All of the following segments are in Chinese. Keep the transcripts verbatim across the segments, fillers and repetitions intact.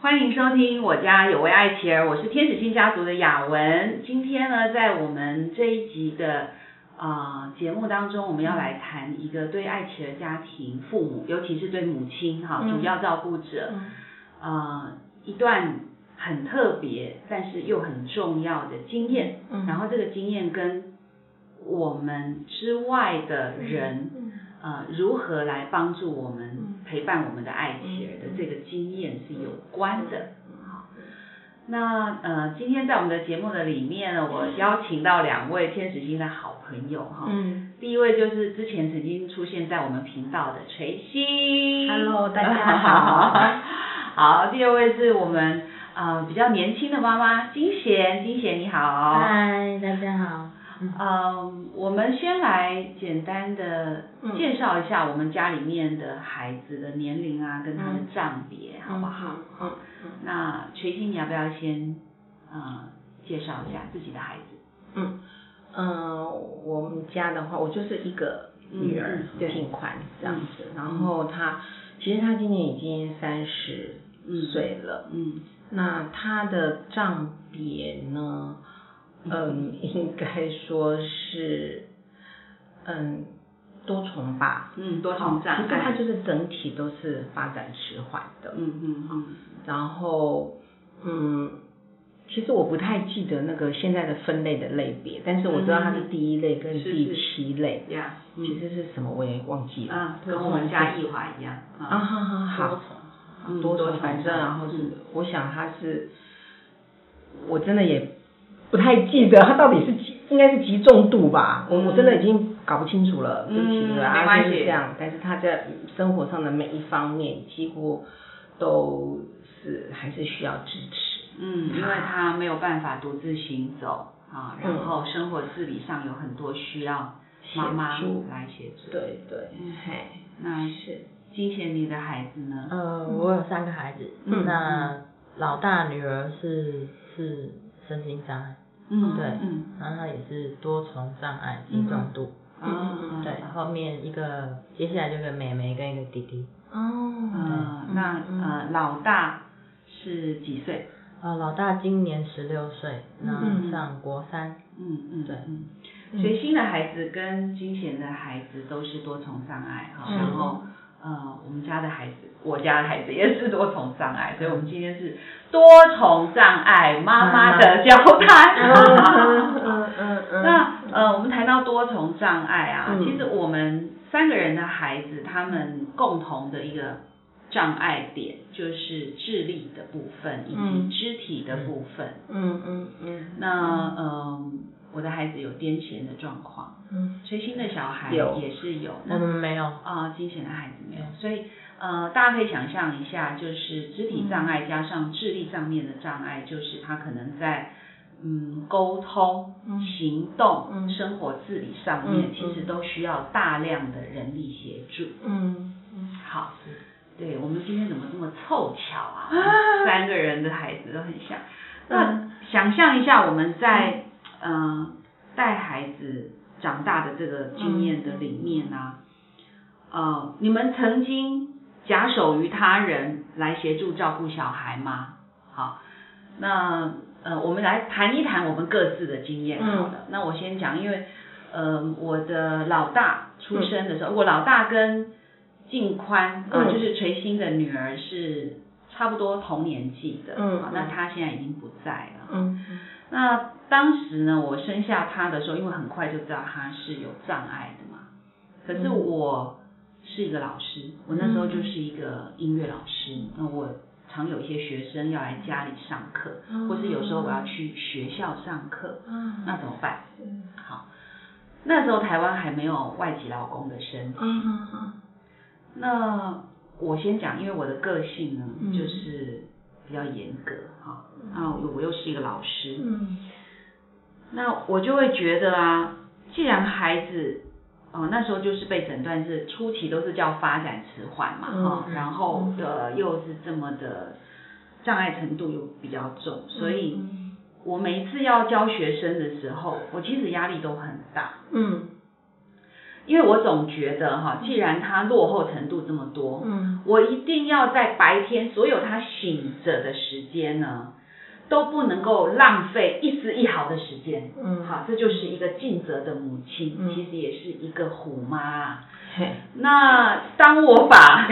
欢迎收听我家有位爱妻儿，我是天使星家族的雅文。今天呢，在我们这一集的呃节目当中，我们要来谈一个对爱妻儿家庭、父母，尤其是对母亲哈、嗯、主要照顾者，嗯、呃一段很特别但是又很重要的经验。嗯、然后这个经验跟我们之外的人。嗯嗯呃，如何来帮助我们陪伴我们的爱妻儿的这个经验是有关的。好，那呃，今天在我们的节目的里面呢，我邀请到两位天使星的好朋友哈。嗯。第一位就是之前曾经出现在我们频道的垂星。 Hello， 大家好。 好，第二位是我们呃比较年轻的妈妈金贤，金贤你好。 嗨，大家好。 嗯，我们先来简单的介绍一下我们家里面的孩子的年龄啊，跟他的账别，好不好？嗯嗯。那垂星，你要不要先呃介绍一下自己的孩子？ 嗯嗯、呃，我们家的话，我就是一个女儿，品宽这样子。然后她其实她今年已经三十岁了。嗯。那她的账别呢？嗯，应该说是，嗯，多重吧。 嗯，多重障碍。 其实它就是整体都是发展迟缓的。嗯嗯嗯。然后，嗯，其实我不太记得那个现在的分类的类别，但是我知道它是第一类跟第七类。 是是嗯、其实是什么我也忘记了。 啊，跟我们家艺华一样。 啊哈哈，好。多重。嗯，多重，反正然后是，嗯、我想它是，我真的也。不太记得它到底是几，应该是极重度吧，我、嗯、我真的已经搞不清楚了，对不起， 嗯， 啊， 没关系， 就是这样。但是他在生活上的每一方面几乎都是还是需要支持， 嗯，因为他没有办法独自行走啊，然后生活自理上有很多需要妈妈来协助， 对对，嗯，嘿， 那是金贤你的孩子呢？ 呃，我有三个孩子，嗯、那老大女儿是是身心障碍。嗯，对，嗯，然后他也是多重障碍，极重度，嗯嗯，对，后面一个接下来就一个妹妹跟一个弟弟。 哦，呃，那呃老大是几岁？ 呃，老大今年十六岁，那上国三。 嗯嗯，对，嗯，随心的孩子跟金贤的孩子都是多重障碍哈，然后呃我们家的孩子，我家的孩子也是多重障碍，所以我们今天是多重障碍妈妈的交谈。嗯嗯嗯。那呃，我们谈到多重障碍啊，嗯、其实我们三个人的孩子，他们共同的一个障碍点就是智力的部分以及肢体的部分。嗯嗯嗯。那呃，我的孩子有癫痫的状况，嗯，垂心的小孩也是有， 我们没有啊，惊痫的孩子没有，所以。呃，大家可以想象一下，就是肢体障碍加上智力上面的障碍，就是他可能在嗯沟通、嗯、行动、嗯、生活自理上面，嗯、其实都需要大量的人力协助。嗯嗯，好，对我们今天怎么这么凑巧啊？啊三个人的孩子都很像。那想象一下，我们在嗯、呃、带孩子长大的这个经验的里面啊，呃，你们曾经假手于他人来协助照顾小孩吗？好，那呃，我们来谈一谈我们各自的经验好了。嗯、那我先讲，因为呃，我的老大出生的时候，嗯、我老大跟静宽啊、嗯呃，就是垂心的女儿是差不多同年纪的。嗯，那她现在已经不在了。嗯，那当时呢，我生下她的时候，因为很快就知道她是有障碍的嘛，可是我。是一个老师，我那时候就是一个音乐老师，那我常有一些学生要来家里上课，或是有时候我要去学校上课，那怎么办？好，那时候台湾还没有外籍劳工的申请，那我先讲，因为我的个性呢，就是比较严格哈，啊，我又是一个老师，那我就会觉得啊，既然孩子哦，那时候就是被诊断是初期都是叫发展迟缓嘛，哈、嗯，然后呃又是这么的障碍程度又比较重，所以我每一次要教学生的时候，我其实压力都很大，嗯， 因为我总觉得哈，既然他落后程度这么多， 嗯， 我一定要在白天所有他醒着的时间呢，都不能够浪费一丝一毫的时间。嗯，好，这就是一个尽责的母亲，嗯、其实也是一个虎妈。那当我把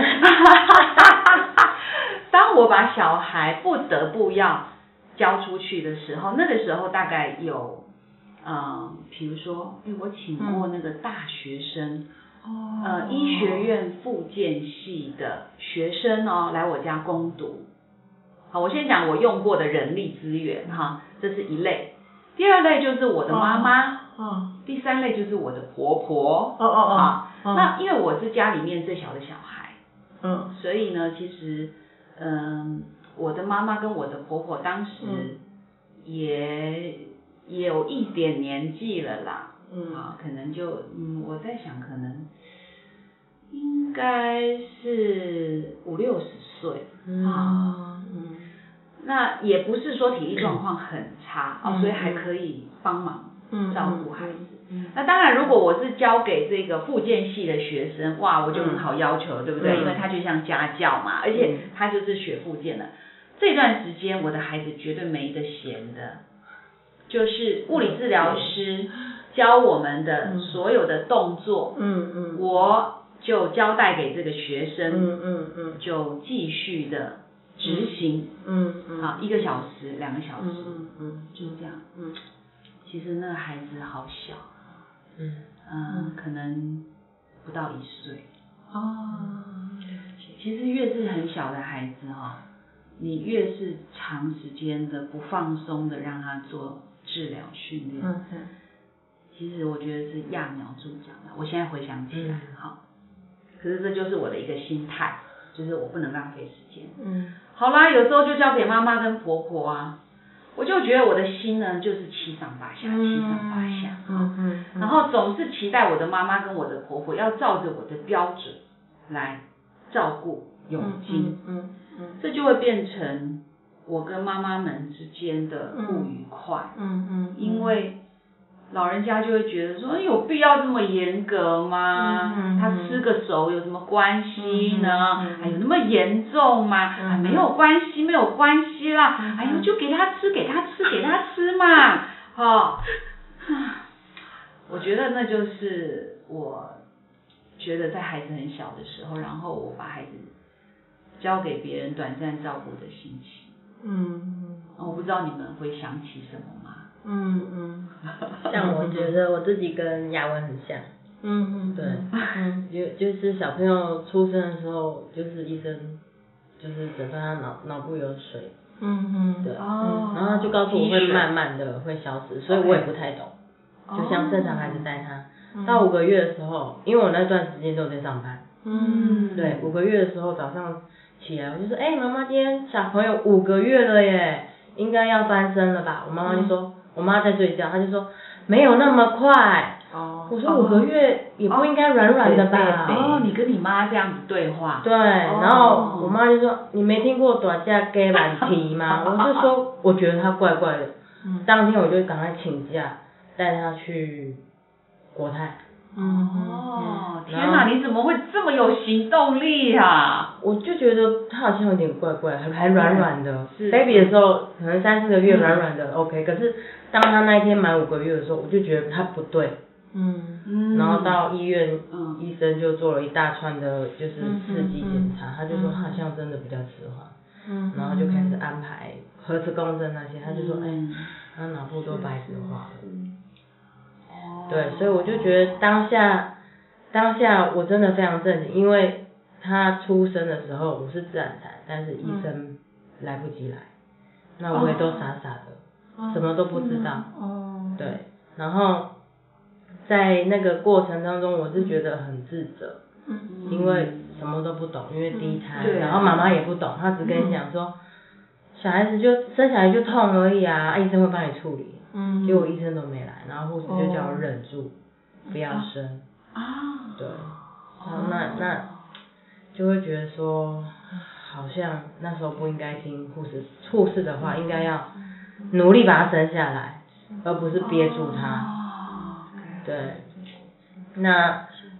当我把小孩不得不要交出去的时候，那个时候大概有。嗯，比如说，哎，我请过那个大学生，嗯、呃，医学院复健系的学生哦，来我家攻读。好，我先讲我用过的人力资源哈，这是一类。第二类就是我的妈妈，哦哦、第三类就是我的婆婆。哦哦哦。好，那因为我是家里面最小的小孩，嗯，所以呢，其实，嗯，我的妈妈跟我的婆婆当时也。嗯也有一点年纪了啦，嗯，啊，可能就，嗯，我在想，可能应该是五六十岁，嗯，啊，嗯，那也不是说体力状况很差，嗯、啊，所以还可以帮忙照顾孩子。嗯嗯、那当然，如果我是交给这个复健系的学生，哇，我就很好要求了，对不对？嗯、因为他就像家教嘛，而且他就是学复健的。这段时间，我的孩子绝对没得闲的。就是物理治疗师教我们的所有的动作，嗯嗯，我就交代给这个学生，嗯嗯嗯，就继续的执行，嗯嗯，好，一个小时、两个小时，嗯嗯，就是这样，嗯，其实那个孩子好小，嗯嗯，可能不到一岁，哦，其实越是很小的孩子哈，你越是长时间的不放松的让他做。治疗训练，嗯嗯，其实我觉得是揠苗助长的。我现在回想起来，哈、嗯，可是这就是我的一个心态，就是我不能浪费时间。嗯，好啦，有时候就交给妈妈跟婆婆啊，我就觉得我的心呢就是七上八下，七上八下，嗯嗯，然后总是期待我的妈妈跟我的婆婆要照着我的标准来照顾永金，嗯 嗯, 嗯, 嗯，这就会变成。我跟妈妈们之间的不愉快，嗯 嗯, 嗯，因为老人家就会觉得说，有必要这么严格吗？嗯嗯、他吃个手有什么关系呢？嗯嗯、还有那么严重吗？嗯、啊，没有关系，没有关系啦。嗯、哎呦，就给他吃，给他吃，给他吃嘛，哦，我觉得那就是我觉得在孩子很小的时候，然后我把孩子交给别人短暂照顾的心情。嗯，我不知道你们会想起什么吗？ 嗯嗯，像我觉得我自己跟雅文很像。嗯嗯，对，嗯，就就是小朋友出生的时候，就是医生就是诊断他脑脑部有水。嗯嗯，对，哦，然后就告诉我会慢慢的会消失，所以我也不太懂。就像正常孩子带他，到五个月的时候，因为我那段时间都在上班。嗯，对，五个月的时候早上。起来，我就说，哎、欸，妈妈，今天小朋友五个月了耶，应该要翻身了吧？我妈妈就说，嗯、我妈在睡觉，她就说没有那么快。哦。我说五个月也不应该软软的吧？ 哦，你跟你妈这样子对话。 对，然后我妈就说，你没听过大家给软皮吗？我就说，我觉得她怪怪的。嗯。当天我就赶快请假，带她去国泰。 哦，天哪！你怎么会这么有行动力啊？ 我就觉得他好像有点怪怪，还还软软的。baby 的时候可能三四个月软软的、嗯、，OK。可是当他那一天满五个月的时候，我就觉得他不对。嗯嗯。然后到医院，嗯，医生就做了一大串的，就是刺激检查，嗯嗯、他就说他好像真的比较迟缓。嗯。然后就开始安排核磁共振那些，他就说，哎、嗯，他脑部都白质化了。对，所以我就觉得当下，当下我真的非常震惊，因为他出生的时候我是自然产，但是医生来不及来，嗯、那我也都傻傻的，哦、什么都不知道。哦。对，然后在那个过程当中，我是觉得很自责，嗯、因为什么都不懂，因为第一胎，嗯、然后妈妈也不懂，她只跟你讲说，小孩子就生下来就痛而已啊，医生会帮你处理。嗯，结果医生都没来，然后护士就叫我忍住，哦、不要生。啊。对。然后那那就会觉得说，好像那时候不应该听护士护士的话，应该要努力把他生下来，而不是憋住他。哦。对。那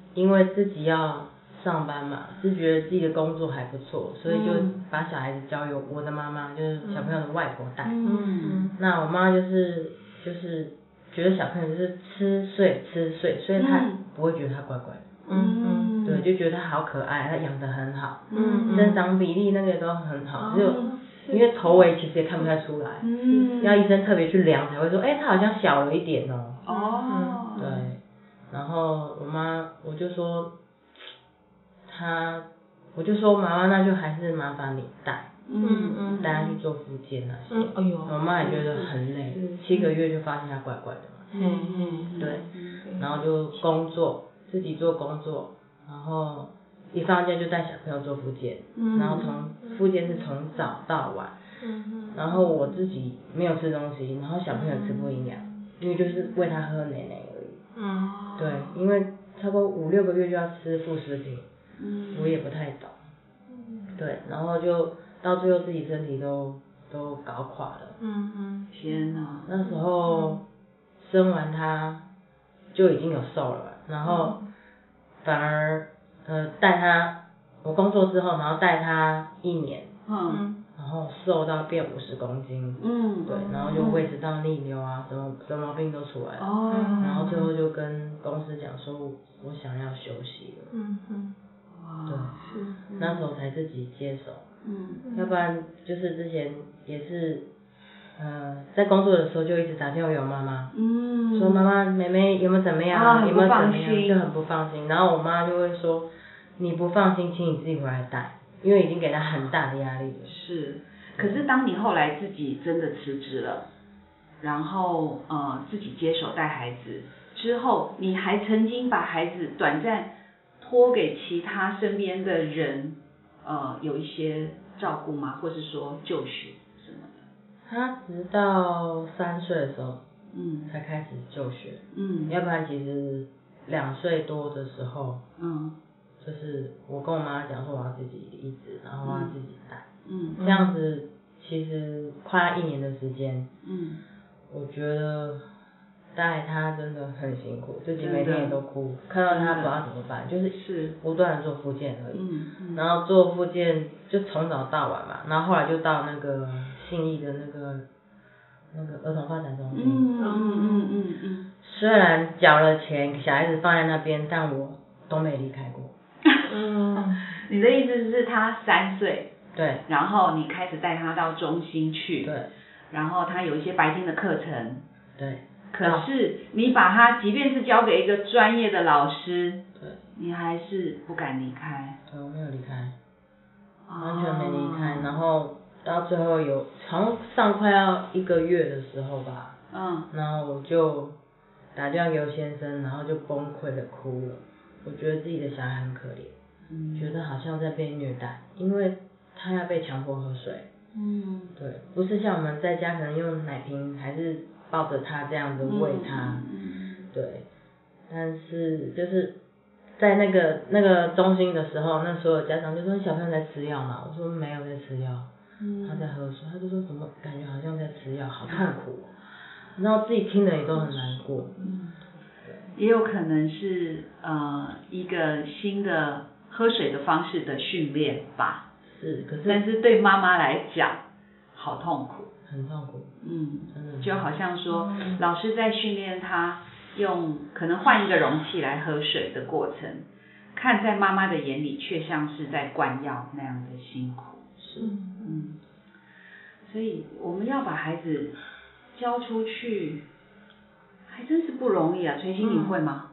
因为自己要上班嘛，是觉得自己的工作还不错，所以就把小孩子交由我的妈妈，就是小朋友的外婆带。嗯，那我妈就是就是觉得小朋友就是吃睡吃睡，所以她不会觉得他怪怪的。嗯嗯，对，就觉得他好可爱，他养得很好，嗯，生长比例那个都很好，只有因为头围其实也看不太出来，嗯，要医生特别去量才会说，哎、欸，他好像小了一点哦。哦。对，然后我妈我就说，他我就说妈妈那就还是麻烦你带，嗯嗯，带他去做复健那些，嗯，哎呦，我妈也觉得很累，七个月就发现他怪怪的嘛，嗯嗯，对，然后就工作。自己做工作，然后一放假就带小朋友做复健，嗯、然后从复健是从早到晚，嗯、然后我自己没有吃东西，然后小朋友吃不营养，因为就是喂他喝奶奶而已。嗯，对，因为差不多五六个月就要吃副食品，嗯、我也不太懂。对，然后就到最后自己身体都都搞垮了。嗯嗯， 天哪！ 那时候生完他就已经有瘦了。然后反而呃带他，我工作之后，然后带他一年，嗯，然后瘦到变五十公斤，嗯，对，然后就胃食道逆流啊，什么什么毛病都出来了，哦，然后最后就跟公司讲说，我想要休息了，嗯嗯，哇，对，是，那时候才自己接手，嗯，要不然就是之前也是。呃，在工作的时候就一直打电话给我妈妈，嗯，说妈妈妹妹有没有怎么样，啊、有没有怎么样，就很不放心。然后我妈就会说，你不放心，请你自己回来带，因为已经给她很大的压力了。 是，可是当你后来自己真的辞职了，然后呃自己接手带孩子之后，你还曾经把孩子短暂托给其他身边的人，呃有一些照顾吗？或是说就学？ 他直到三岁的时候，嗯，才开始就学，嗯，要不然其实两岁多的时候，嗯，就是我跟我妈讲说我要自己移植，然后我要自己带，嗯，这样子其实快一年的时间，嗯，我觉得带他真的很辛苦，自己每天也都哭，看到他不知道怎么办，就是是不断的做复健而已，嗯嗯，然后做复健就从早到晚嘛，然后后来就到那个信义的那个那个儿童发展中心，嗯嗯嗯嗯嗯，虽然缴了钱，小孩子放在那边，但我都没离开过。 嗯，你的意思是他三岁， 对， 然后你开始带他到中心去， 对， 然后他有一些白天的课程， 对。 可是你把他，即便是交给一个专业的老师， 对， 你还是不敢离开。 对，我没有离开，完全没离开。哦、然后到最后有，好像上快要一个月的时候吧，嗯，然后我就打电话给我先生，然后就崩溃的哭了。我觉得自己的小孩很可怜，嗯，觉得好像在被虐待，因为他要被强迫喝水，嗯，对，不是像我们在家可能用奶瓶还是抱着他这样子喂他，嗯，对，但是就是在那个那个中心的时候，那所有家长就说小朋友在吃药嘛，我说没有在吃药，嗯，他在喝水，他就说怎么感觉好像在吃药，好痛苦，然后自己听了也都很难过，嗯， 也有可能是呃一个新的喝水的方式的训练吧， 是，可是但是对妈妈来讲好痛苦。 很痛苦， 嗯，真的就好像说，嗯、老师在训练他用可能换一个容器来喝水的过程，看在妈妈的眼里，却像是在灌药那样的辛苦。 是，嗯， 所以我们要把孩子交出去，还真是不容易啊。垂心，你会吗？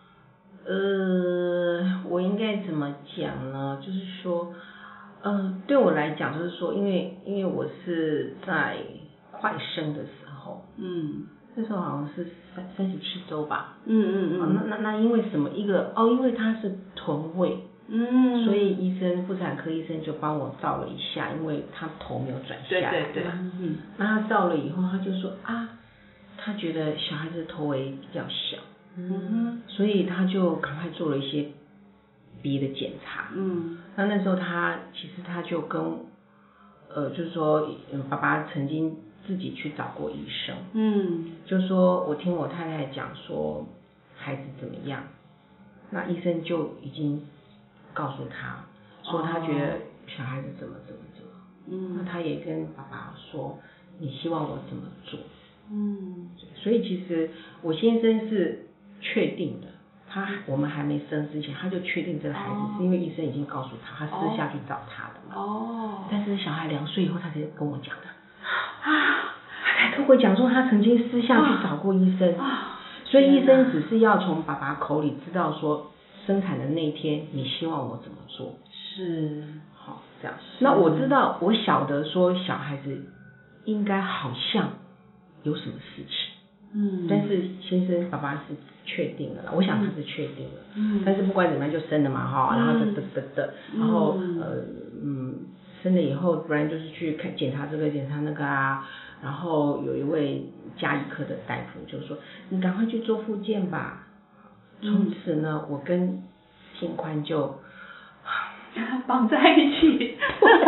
呃，我应该怎么讲呢？就是说。嗯，对我来讲就是说，因为因为我是在快生的时候，嗯，那时候好像是三三十七周吧，嗯嗯嗯，那那那因为什么一个哦，因为他是臀位，嗯，所以医生妇产科医生就帮我照了一下，因为他头没有转下来， 对对对， 嗯，那他照了以后，他就说啊，他觉得小孩子的头围比较小，嗯哼，所以他就赶快做了一些别的检查，嗯。那那时候他其实他就跟呃就是说爸爸曾经自己去找过医生，嗯，就说我听我太太讲说孩子怎么样， 那医生就已经告诉他说，他觉得小孩子怎么怎么怎么，嗯，那他也跟爸爸说，你希望我怎么做？嗯，所以其实我先生是确定的，他我们还没生之前，他就确定这个孩子是因为医生已经告诉他，他私下去找他的嘛。哦。但是小孩两岁以后，他才跟我讲的。啊。他才跟我讲说，他曾经私下去找过医生。啊。所以医生只是要从爸爸口里知道说，生产的那一天，你希望我怎么做？ 是。 好，这样。那我知道，我晓得说小孩子应该好像有什么事情。嗯。但是先生爸爸是确定了啦，我想他是确定了。嗯。但是不管怎么样就生了嘛哈，然后得得得得，然后呃嗯生了以后，不然就是去看检查这个检查那个啊。然后有一位家医科的大夫就说：“你赶快去做复健吧。”从此呢，我跟信宽就绑在一起。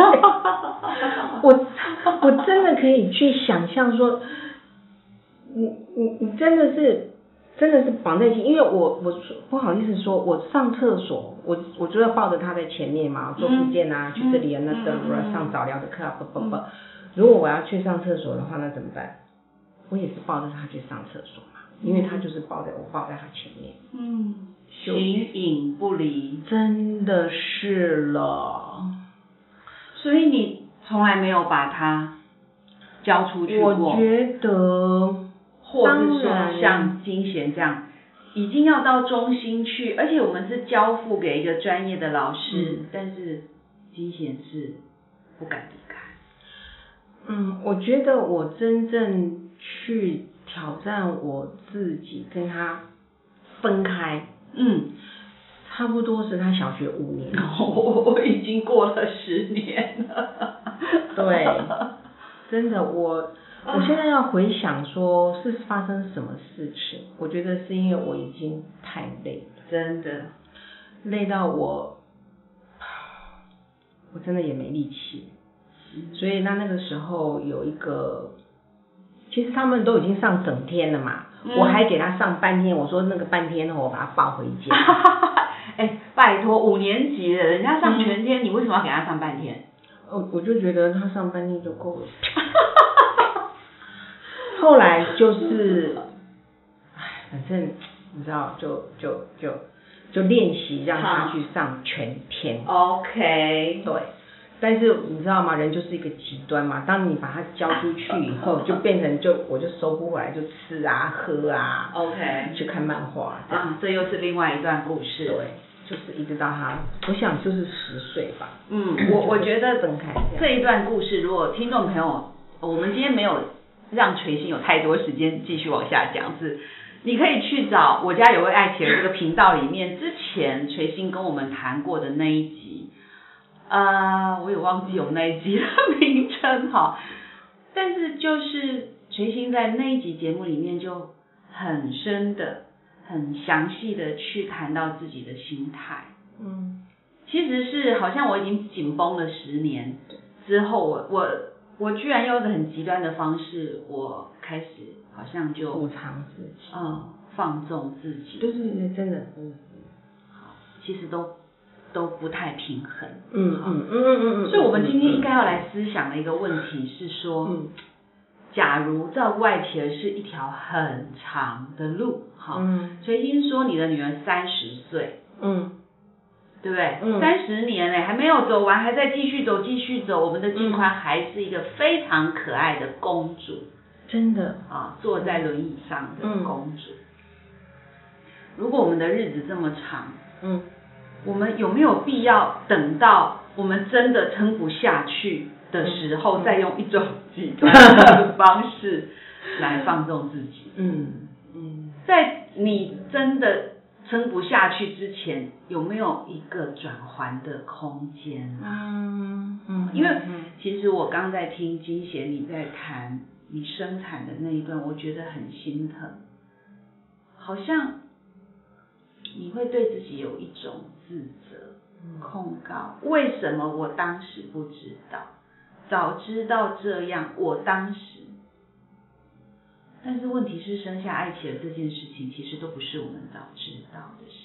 我我真的可以去想象说，你你你真的是真的是绑在一起，因为我我不好意思说，我上厕所，我我就要抱着他在前面嘛，做复健啊，嗯、去这里啊那个、嗯、上早疗的课啊，不不不。嗯如果我要去上厕所的话，那怎么办？我也是抱着他去上厕所嘛，因为他就是抱在我抱在他前面。 嗯，形影不离， 真的是了。 所以你从来没有把他交出去过？ 我觉得， 或是说像金贤这样，已经要到中心去，而且我们是交付给一个专业的老师，嗯、但是金贤是不敢离开。 嗯，我觉得我真正去挑战我自己，跟他分开，嗯，差不多是他小学五年级， 我我已经过了十年了。 对，真的，我我现在要回想说是发生什么事情，我觉得是因为我已经太累了， 真的累到我，我真的也没力气。所以那那个时候有一个，其实他们都已经上整天了嘛，嗯、我还给他上半天，我说那个半天我把他抱回家。 哎、欸，拜托，五年级的人家上全天，嗯、你为什么要给他上半天？ 哦，我就觉得他上半天就够了。后来就是，哎，反正你知道，就就就就练习让他去上全天。 OK， 对。但是你知道吗？人就是一个极端嘛。当你把它交出去以后，就变成就我就收不回来，就吃啊喝啊 ，OK， 去看漫画。 啊，这又是另外一段故事。 对，就是一直到他，我想就是十岁吧。 嗯，我我觉得这一段故事，如果听众朋友，我们今天没有让垂心有太多时间继续往下讲，是你可以去找我家有位爱企鹅这个频道里面之前垂心跟我们谈过的那一集。呃，我也忘记有那一集的名称哈，但是就是垂心在那一集节目里面就很深的、很详细的去谈到自己的心态。嗯，其实是好像我已经紧绷了十年之后，我我我居然用一个很极端的方式，我开始好像就补偿自己， 嗯，放纵自己。 对对对，真的，嗯， 好，其实都。都不太平衡， 嗯嗯嗯嗯嗯， 所以我们今天应该要来思想的一个问题是说，嗯，假如照顾爱企鹅是一条很长的路，哈，嗯，垂心说你的女儿三十岁，嗯，对不对？嗯，三十年嘞，还没有走完，还在继续走，继续走，我们的金宽还是一个非常可爱的公主， 真的啊，坐在轮椅上的公主。嗯、如果我们的日子这么长，嗯。我们有没有必要等到我们真的撑不下去的时候，嗯、再用一种极端的方式来放纵自己？嗯嗯，在你真的撑不下去之前，有没有一个转圜的空间啊？嗯嗯，因为其实我刚在听金贤你在谈你生产的那一段，我觉得很心疼，好像。你会对自己有一种自责、控告，为什么我当时不知道？早知道这样，我当时……但是问题是，生下爱企鹅这件事情，其实都不是我们早知道的事情。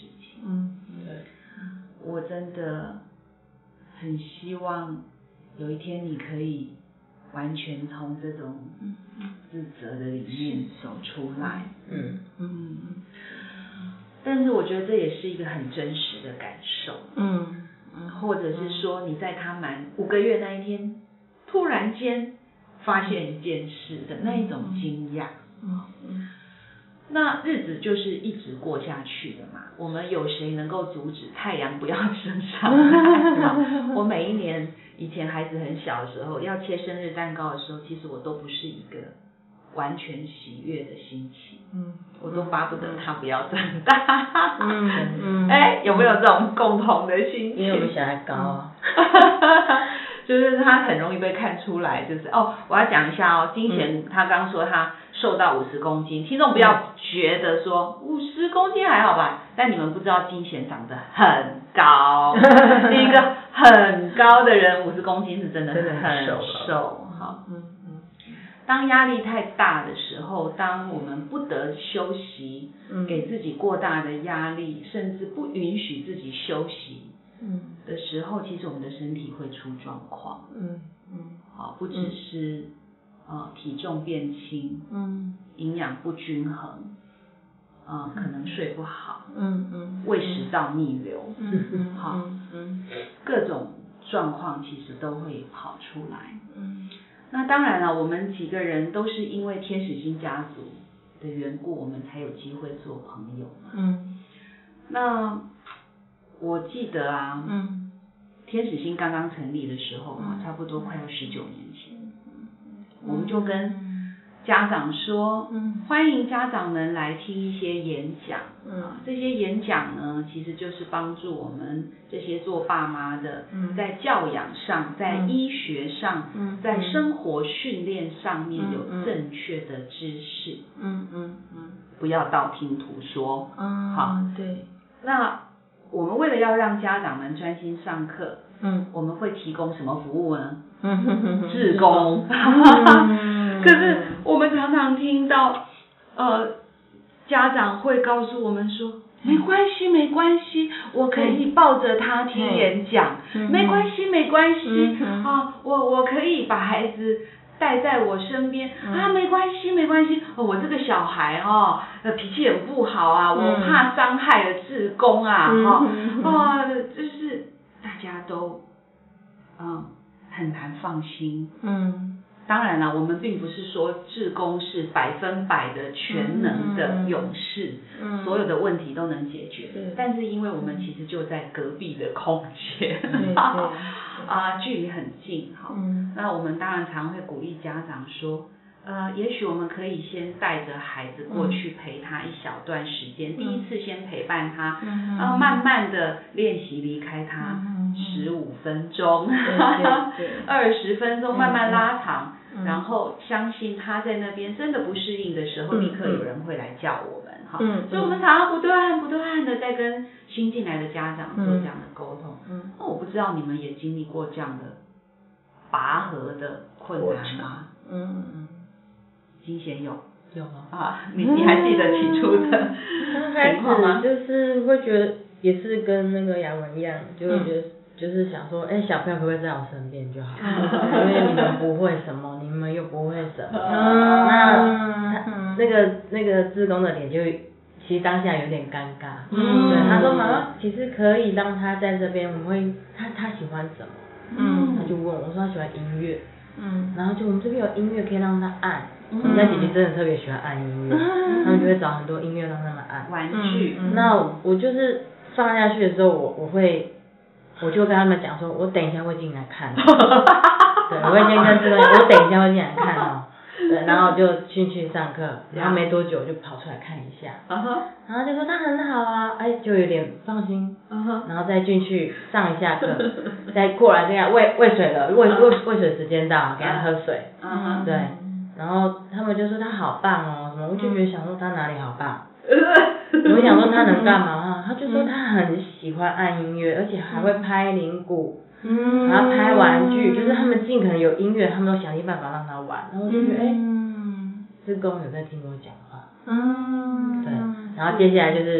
嗯，对， 我真的很希望有一天你可以完全从这种自责的里面走出来。嗯嗯。但是我觉得这也是一个很真实的感受。嗯。或者是说你在他满五个月那一天，突然间发现一件事的那一种惊讶。嗯嗯。那日子就是一直过下去的嘛，我们有谁能够阻止太阳不要升上来？我每一年以前孩子很小的时候，要切生日蛋糕的时候，其实我都不是一个完全喜悦的心情。嗯，我都巴不得他不要长大。嗯嗯，哎、欸，有没有这种共同的心情？ 因为我们小孩高啊。 就是他很容易被看出来，就是哦，我要讲一下哦，金贤他刚说他瘦到五十公斤，听众不要觉得说五十公斤还好吧，但你们不知道金贤长得很高，一个很高的人五十公斤是真的很瘦，好，嗯嗯。当压力太大的时候，当我们不得休息，嗯、给自己过大的压力，甚至不允许自己休息。嗯的时候，其实我们的身体会出状况。嗯嗯，好，不只是、嗯、呃体重变轻，嗯，营养不均衡，呃，可能睡不好，嗯嗯，胃食道逆流，嗯嗯，好，嗯，各种状况其实都会跑出来。嗯，那当然了，我们几个人都是因为天使星家族的缘故，我们才有机会做朋友嘛。嗯，那。我记得啊，嗯，天使星刚刚成立的时候啊，嗯、差不多快要十九年前，嗯、我们就跟家长说，嗯，欢迎家长们来听一些演讲，嗯，啊、这些演讲呢，其实就是帮助我们这些做爸妈的，嗯、在教养上，在医学上，嗯、在生活训练上面有正确的知识，嗯嗯嗯，不要道听途说，嗯，好，对，那。我们为了要让家长们专心上课，嗯，我们会提供什么服务呢？嗯，志工。嗯、可是我们常常听到，呃，家长会告诉我们说，没关系，没关系，我可以抱着他听演讲，嗯、没关系，没关系，嗯、啊，我我可以把孩子。带在我身边、嗯、啊，没关系，没关系、哦。我这个小孩哦，呃，脾气很不好啊，嗯、我怕伤害了志工啊，哈、嗯，啊、哦，就是大家都，嗯，很难放心。嗯，当然了，我们并不是说志工是百分百的全能的勇士，嗯、所有的问题都能解决。嗯、但是因为我们其实就在隔壁的空间。对对啊，距离很近哈，嗯、那我们当然常会鼓励家长说，呃，也许我们可以先带着孩子过去陪他一小段时间，嗯、第一次先陪伴他，嗯、然后慢慢的练习离开他十五分钟，二十分钟，慢慢拉长，嗯、然后相信他在那边真的不适应的时候，嗯、立刻有人会来叫我们哈，嗯、所以我们常常不断不断的在跟新进来的家长做这样的沟通。嗯，那我不知道你们也经历过这样的拔河的困难吗？嗯嗯，金贤有有啊，你你还记得起初的情况吗？ 就是会觉得也是跟那个雅文一样，就会觉得、嗯、就是想说，哎、欸，小朋友可不可以在我身边就好？因为你们不会什么，你们又不会什么，嗯、那他那个那个志工的脸就。其实当下有点尴尬，嗯，对，他说好像其实可以让他在这边，我们会他他喜欢什么，嗯，他就问我说他喜欢音乐，嗯，然后就我们这边有音乐可以让他按，我们家姐姐真的特别喜欢按音乐，嗯、他们就会找很多音乐让他们按， 玩具， 嗯、那我就是放下去的时候，我我会我就跟他们讲说，我等一下会进来看，对，我会先跟这个，我等一下会进来看哦。对，然后就进去上课，然后没多久就跑出来看一下， uh-huh. 然后就说他很好啊，哎，就有点放心， uh-huh. 然后再进去上一下课，再过来这样喂喂水了，喂喂喂水时间到，给他喝水， uh-huh. 对，然后他们就说他好棒哦，什么，我就觉得想说他哪里好棒，我想说他能干嘛，他就说他很喜欢按音乐，而且还会拍铃鼓。嗯，然后拍玩具，就是他们尽可能有音乐，他们都想尽办法让他玩，然后我就觉得，哎、嗯，志工有在听我讲话，嗯，对，然后接下来就是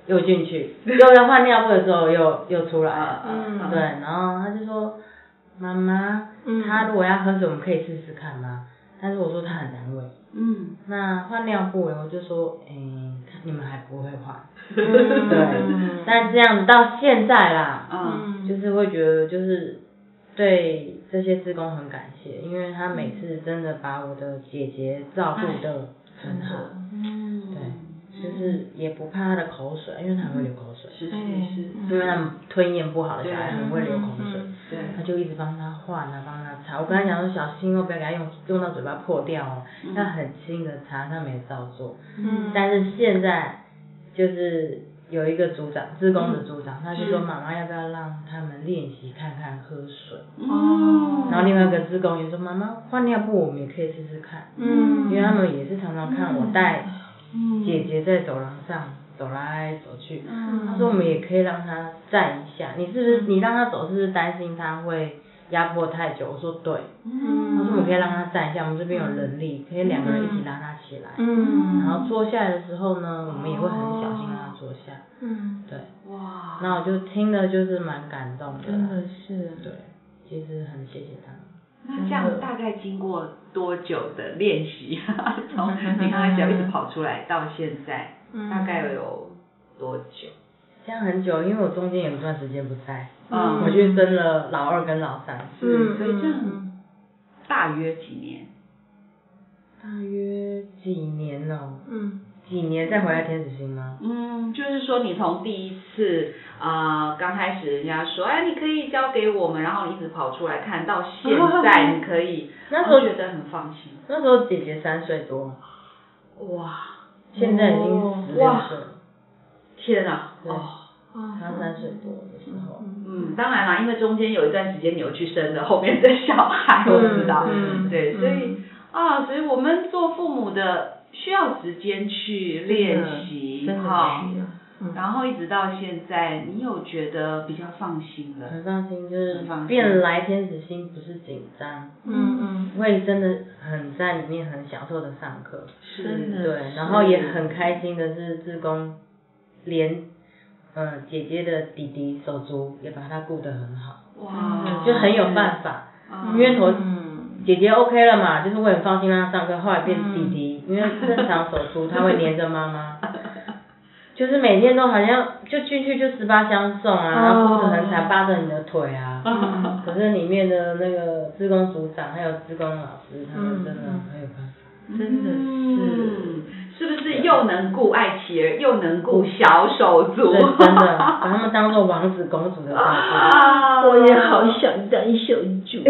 又进去，又要换尿布的时候又又出来了， 嗯， 对，然后他就说妈妈，嗯，他如果要喝水，我们可以试试看吗？但是我说他很难喂，嗯，那换尿布我就说，哎、欸，你们还不会换，嗯，对，但这样子到现在啦，嗯，就是会觉得就是对这些志工很感谢，因为他每次真的把我的姐姐照顾得很好，嗯，对，就是也不怕他的口水，因为他很会流口水， 是是是， 因为他们吞咽不好的小孩很会流口水， 对， 他就一直帮他换啊，帮他擦。我跟他讲说小心哦，不要给他用用到嘴巴破掉哦，要很轻的擦，他没照做。嗯。但是现在就是有一个组长，志工的组长，他就说妈妈要不要让他们练习看看喝水？哦。然后另外一个志工也说妈妈换尿布我们也可以试试看。嗯。因为他们也是常常看我带姐姐在走廊上走来走去，嗯，他说我们也可以让他站一下，你是不是你让他走是不是担心他会压迫太久？我说对，嗯，他说我们可以让他站一下，我们这边有人力，可以两个人一起拉他起来，嗯，然后坐下来的时候呢，我们也会很小心让他坐下，嗯，对，哇，那我就听了就是蛮感动的， 真的是， 对，其实很谢谢他们。 那这样大概经过多久的练习？从你刚才讲一直跑出来到现在，大概有多久？ 这样很久，因为我中间有一段时间不在，嗯，我去生了老二跟老三， 是，所以这样大约几年？ 大约几年哦，嗯，几年再回来天使星吗？ 嗯，就是说你从第一次啊刚、呃、开始人家说，哎，你可以交给我们，然后你一直跑出来看到现在，你可以， 那时候觉得很放心。 那时候姐姐三岁多，哇，现在已经十六岁了， 天啊， 哦，她三岁多的时候， 嗯，当然啦，因为中间有一段时间你有去生了后面的小孩，我知道，嗯，对，所以啊，所以我们做父母的需要时间去练习，哈，然后一直到现在，你有觉得比较放心了？ 很放心，就是变来天使星不是紧张，嗯嗯，会真的很在里面很享受的上课， 是， 对，然后也很开心的是志工连嗯姐姐的弟弟手足也把他顾得很好，哇，就很有办法，因为头姐姐 OK 了嘛，就是我很放心让他上课，后来变弟弟，因为正常手足他会黏着妈妈。就是每天都好像就进去就十八相送啊，然后哭得很惨，扒着你的腿啊。嗯、可是里面的那个志工组长还有志工老师，他们真的很有办法， 真的是， 是不是又能顾爱妻儿，又能顾小手足？ 真的，把他们当做王子公主的照顾。 啊，我也好想当小主。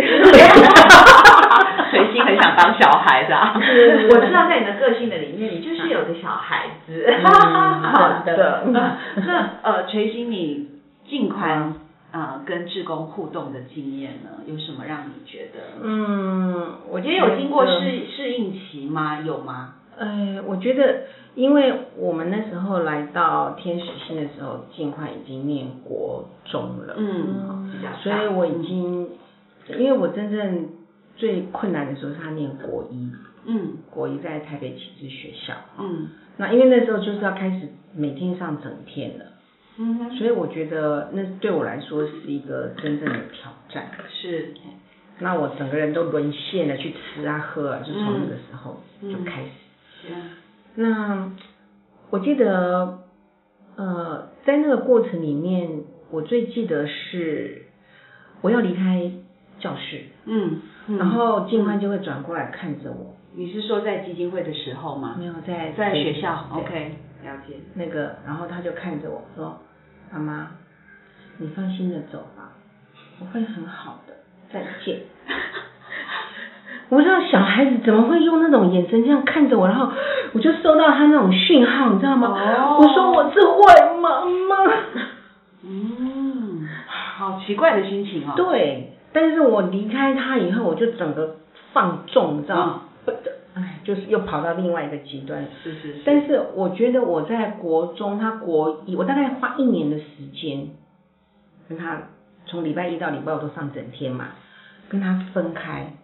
随心很想当小孩的、啊，我知道在你的个性的里面，你就是有个小孩子。好的，那呃，垂心你近宽呃跟志工互动的经验呢，有什么让你觉得？嗯，我觉得有经过适适应期吗？有吗？ 呃，我觉得，因为我们那时候来到天使星的时候，近宽已经念国中了，嗯，所以我已经，因为我真正最困难的时候是他念国一，嗯，国一在台北启智学校，嗯，那因为那时候就是要开始每天上整天了，嗯哼，所以我觉得那对我来说是一个真正的挑战， 是， 那我整个人都沦陷了，去吃啊喝啊，就从那个时候就开始，嗯嗯、那我记得，呃，在那个过程里面，我最记得是我要离开教室，嗯。然后近宽就会转过来看着我。 你是说在基金会的时候吗？ 没有，在在学校 ，OK， 了解。 那个，然后他就看着我说：“妈妈，你放心的走吧，我会很好的，再见。”我不知道小孩子怎么会用那种眼神这样看着我，然后我就收到他那种讯号，你知道吗？哦、我说我是坏妈妈。 嗯，好奇怪的心情哦。 对。但是我离开他以后，我就整个放纵，你知道吗？哎、嗯，就是又跑到另外一个极端。 是是是。 但是我觉得我在国中，他国一，我大概花一年的时间跟他，从礼拜一到礼拜五都上整天嘛，跟他分开，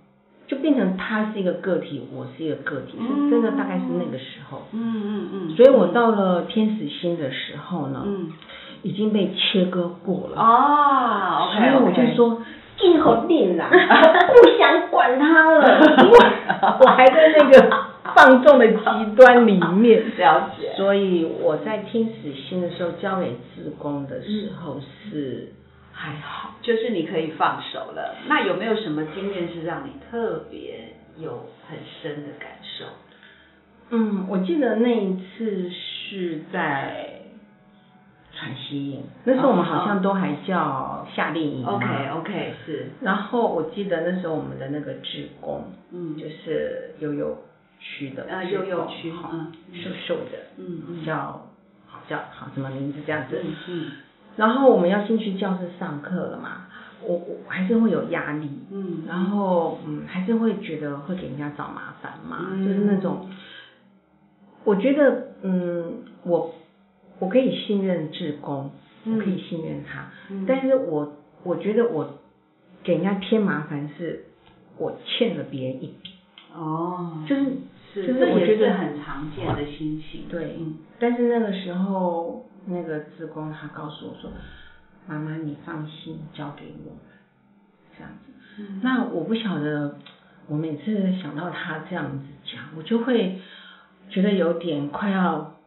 就变成他是一个个体，我是一个个体，嗯、真的大概是那个时候。 嗯嗯嗯。 所以我到了天使星的时候呢，嗯，已经被切割过了。 哦 ，OK， 所以我就说，今后练啦，我不想管他了，因为我还在那个放纵的极端里面。 了解。 所以我在天使星的时候交给志工的时候是。还好， 就是你可以放手了。那有没有什么经验是让你特别有很深的感受？ 嗯，我记得那一次是在喘息营，那时候我们好像都还叫夏令营。 OK OK 是。 然后我记得那时候我们的那个志工，嗯，就是悠悠区的， 呃悠悠区， 嗯，瘦瘦的，嗯嗯，叫好叫好什么名字这样子， 嗯嗯。 然后我们要进去教室上课了嘛，我我还是会有压力，嗯，然后嗯还是会觉得会给人家找麻烦嘛，嗯、就是那种，我觉得嗯我我可以信任志工，我可以信任他，嗯、但是我我觉得我给人家添麻烦是，我欠了别人一笔， 哦， 就是是， 就是我觉得很常见的心情， 对，嗯，但是那个时候。那个志工他告诉我说：“妈妈，你放心，交给我们，这样子。嗯”那我不晓得，我每次想到他这样子讲，我就会觉得有点快要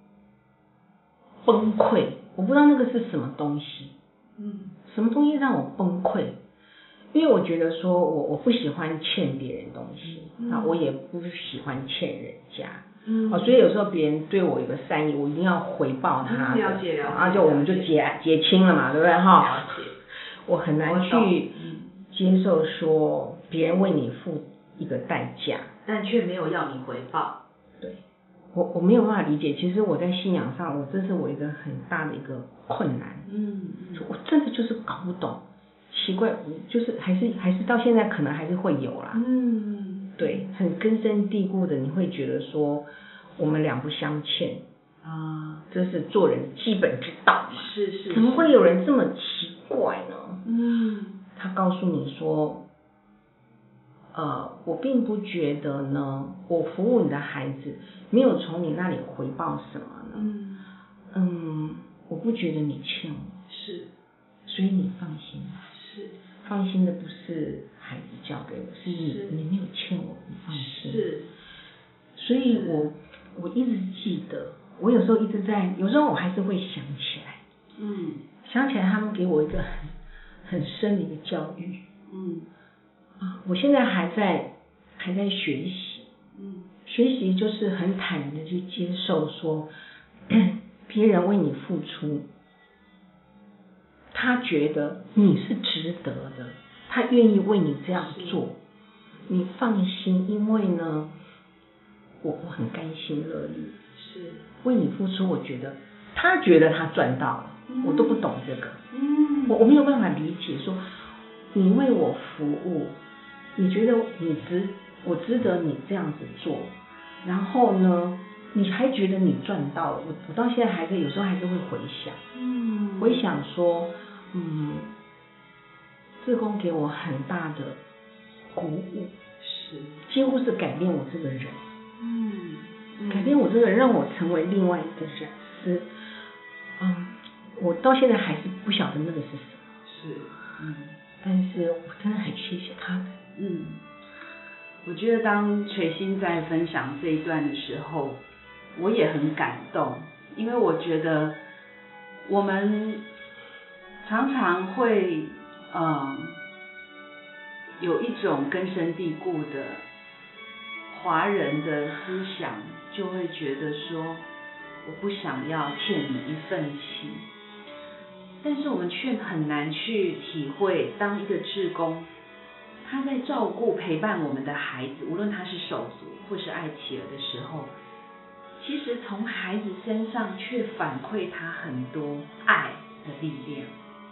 崩溃。我不知道那个是什么东西，嗯，什么东西让我崩溃？因为我觉得说我我不喜欢欠别人东西，那、嗯、我也不喜欢欠人家。嗯，哦，所以有时候别人对我有个善意，我一定要回报他的， 了解了解， 然后就我们就结结清了嘛，对不对哈？ 了解。 我很难去接受说别人为你付一个代价， 但却没有要你回报。 对，我我没有办法理解。其实我在信仰上，我这是我一个很大的一个困难。嗯，我真的就是搞不懂，奇怪，就是还是还是到现在可能还是会有啦。嗯。对，很根深蒂固的，你会觉得说我们两不相欠啊，这是做人基本之道嘛。 是是。 怎么会有人这么奇怪呢？嗯，他告诉你说，呃，我并不觉得呢，我服务你的孩子没有从你那里回报什么呢？嗯嗯，我不觉得你欠我。 是。 所以你放心。 是。 放心的不是孩子交给我，是你，你没有欠我，你放心。 是， 所以我我一直记得，我有时候一直在，有时候我还是会想起来，嗯，想起来他们给我一个很很深的一个教育，嗯，啊，我现在还在还在学习，嗯，学习就是很坦然的去接受说，别人为你付出。他觉得你是值得的，他愿意为你这样做，你放心，因为呢，我我很甘心乐意， 是为你付出，我觉得他觉得他赚到了，嗯、我都不懂这个， 嗯， 我我没有办法理解说，你为我服务，你觉得你值，我值得你这样子做，然后呢，你还觉得你赚到了，我我到现在还是有时候还是会回想，嗯，回想说。嗯，志工给我很大的鼓舞， 是几乎是改变我这个人， 嗯，嗯改变我这个人，让我成为另外一个人，是，嗯，我到现在还是不晓得那个是什么， 是，嗯， 但是我真的很谢谢他们， 嗯，我觉得当垂心在分享这一段的时候，我也很感动，因为我觉得我们。常常会，嗯，有一种根深蒂固的华人的思想，就会觉得说，我不想要欠你一份情，但是我们却很难去体会，当一个志工，他在照顾陪伴我们的孩子，无论他是手足或是爱企鹅的时候，其实从孩子身上却反馈他很多爱的力量。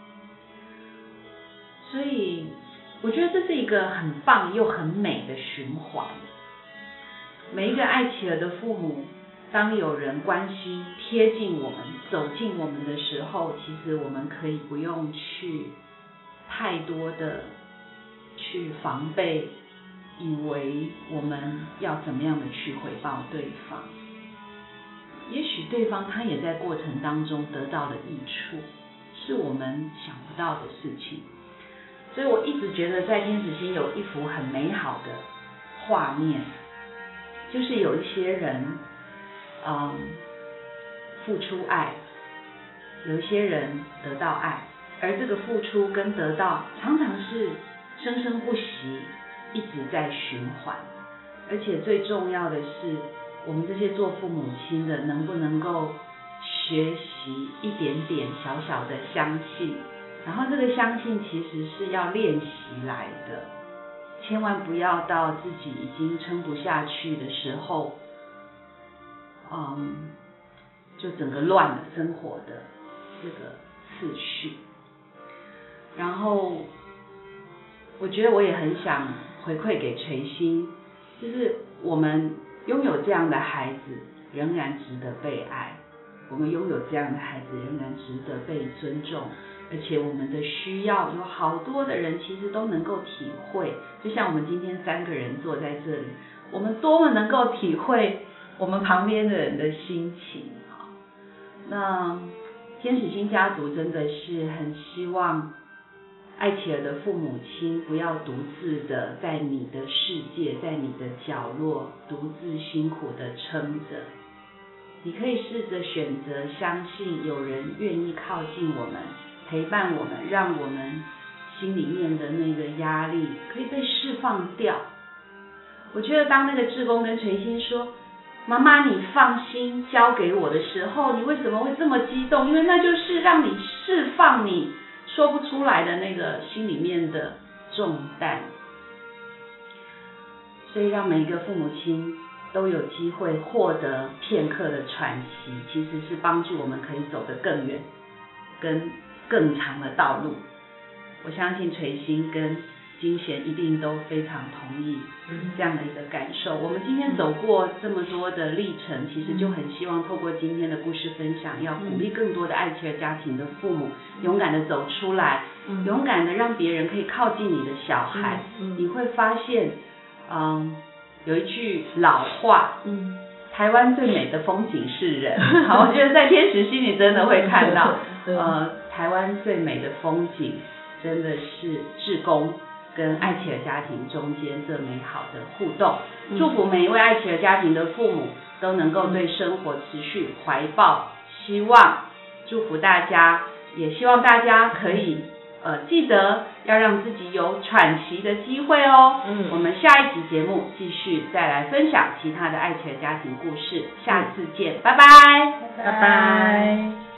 所以我觉得这是一个很棒又很美的循环。每一个爱企鹅的父母，当有人关心贴近我们走近我们的时候，其实我们可以不用去太多的去防备以为我们要怎么样的去回报对方，也许对方他也在过程当中得到了益处，是我们想不到的事情。所以我一直觉得在天使星有一幅很美好的画面，就是有一些人嗯，付出爱，有一些人得到爱，而这个付出跟得到常常是生生不息，一直在循环。而且最重要的是，我们这些做父母亲的能不能够学习一点点小小的相信，然后这个相信其实是要练习来的，千万不要到自己已经撑不下去的时候，嗯，就整个乱了生活的这个次序。然后我觉得我也很想回馈给垂星，就是我们拥有这样的孩子仍然值得被爱，我们拥有这样的孩子仍然值得被尊重，而且我们的需要有好多的人其实都能够体会，就像我们今天三个人坐在这里，我们多么能够体会我们旁边的人的心情。那天使星家族真的是很希望艾琪儿的父母亲不要独自的在你的世界，在你的角落独自辛苦的撑着，你可以试着选择相信有人愿意靠近我们，陪伴我们，让我们心里面的那个压力可以被释放掉。我觉得当那个志工跟垂星说妈妈你放心交给我的时候，你为什么会这么激动？因为那就是让你释放你说不出来的那个心里面的重担。所以让每一个父母亲都有机会获得片刻的喘息，其实是帮助我们可以走得更远跟更长的道路。我相信垂星跟金贤一定都非常同意这样的一个感受。我们今天走过这么多的历程，其实就很希望透过今天的故事分享，要鼓励更多的爱妻儿家庭的父母勇敢的走出来，勇敢的让别人可以靠近你的小孩。你会发现嗯，有一句老话，嗯，台湾最美的风景是人。好，我觉得在天使星你真的会看到呃，台湾最美的风景真的是志工跟爱妻儿家庭中间这美好的互动。祝福每一位爱妻儿家庭的父母都能够对生活持续怀抱希望。祝福大家，也希望大家可以呃记得要让自己有喘息的机会哦。嗯，我们下一集节目继续再来分享其他的爱妻儿家庭故事，下次见，拜拜， 拜拜。